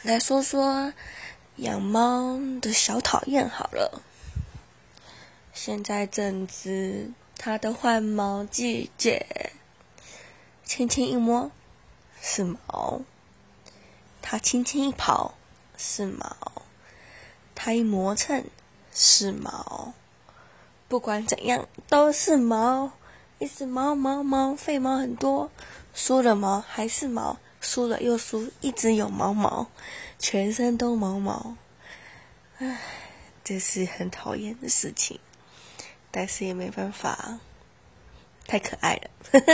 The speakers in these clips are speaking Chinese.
来说说养猫的小讨厌好了。现在正值它的换毛季节，轻轻一摸是毛，它轻轻一跑是毛，它一磨蹭是毛，不管怎样都是毛，一直毛毛毛，废毛很多，输了毛还是毛，输了又输，一直有毛毛，全身都毛毛。唉，这是很讨厌的事情，但是也没办法，太可爱了。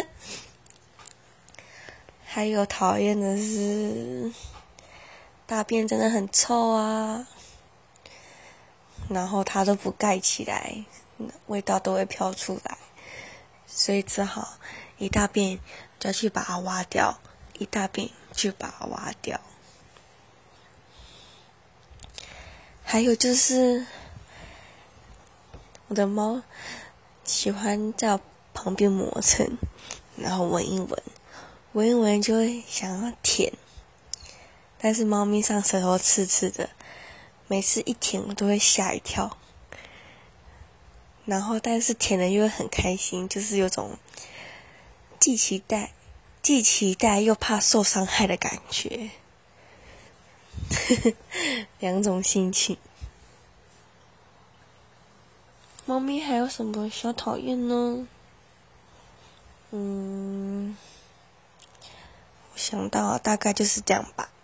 还有讨厌的是，大便真的很臭啊，然后它都不盖起来，味道都会飘出来，所以只好一大便就去把它挖掉，一大便就把它挖掉。还有就是我的猫喜欢在我旁边磨蹭，然后闻一闻，闻一闻就会想要舔，但是猫咪上舌头刺刺的，每次一舔我都会吓一跳，然后但是舔了又会很开心，就是有种既期待又怕受伤害的感觉。两种心情。猫咪还有什么小讨厌呢？我想到大概就是这样吧。